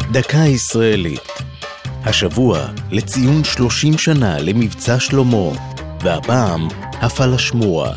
דקה ישראלית. השבוע לציון 30 שנה למבצע שלמה, והפעם הפלאשמורה.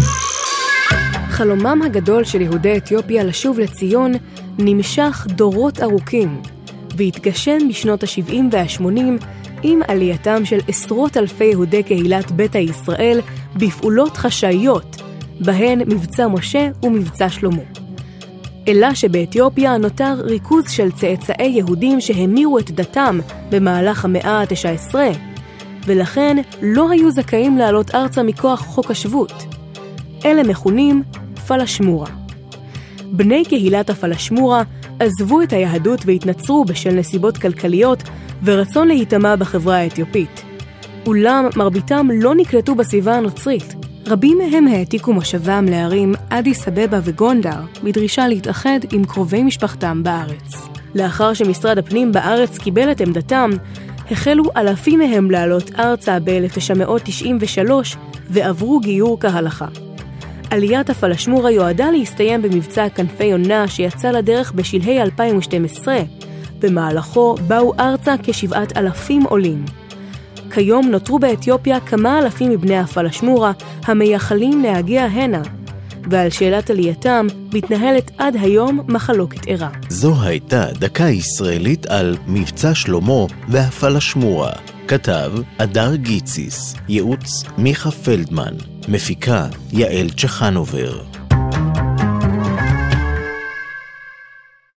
חלומם הגדול של יהודי אתיופיה לשוב לציון נמשך דורות ארוכים, והתגשם בשנות ה-70 וה-80 עם עלייתם של עשרות אלפי יהודי קהילת ביתא ישראל בפעולות חשאיות, בהן מבצע משה ומבצע שלמה. אלא שבאתיופיה נותר ריכוז של צאצאי יהודים שהמירו את דתם במהלך המאה ה-19, ולכן לא היו זכאים לעלות ארצה מכוח חוק השבות. אלה מכונים פלאשמורה. בני קהילת הפלאשמורה עזבו את היהדות והתנצרו בשל נסיבות כלכליות ורצון להיטמע בחברה האתיופית. אולם מרביתם לא נקלטו בסביבה הנוצרית. רבים מהם העתיקו מושבם לערים אדיס אבבה וגונדר בדרישה להתאחד עם קרובי משפחתם בארץ. לאחר שמשרד הפנים בארץ קיבל את עמדתם, החלו אלפים מהם לעלות ארצה ב-1993 ועברו גיור כהלכה. עליית הפלאשמורה יועדה להסתיים במבצע כנפי יונה שיצא לדרך בשלהי 2012. במהלכו באו ארצה כ7,000 עולים. כיום נותרו באתיופיה כמה אלפים מבני הפלאשמורה המייחלים להגיע הנה, ועל שאלת עלייתם מתנהלת עד היום מחלוקת ערה. זו הייתה דקה ישראלית על מבצע שלמה והפלאשמורה. כתב אדר גיציס, ייעוץ מיכה פלדמן, מפיקה יעל צ'חנובר.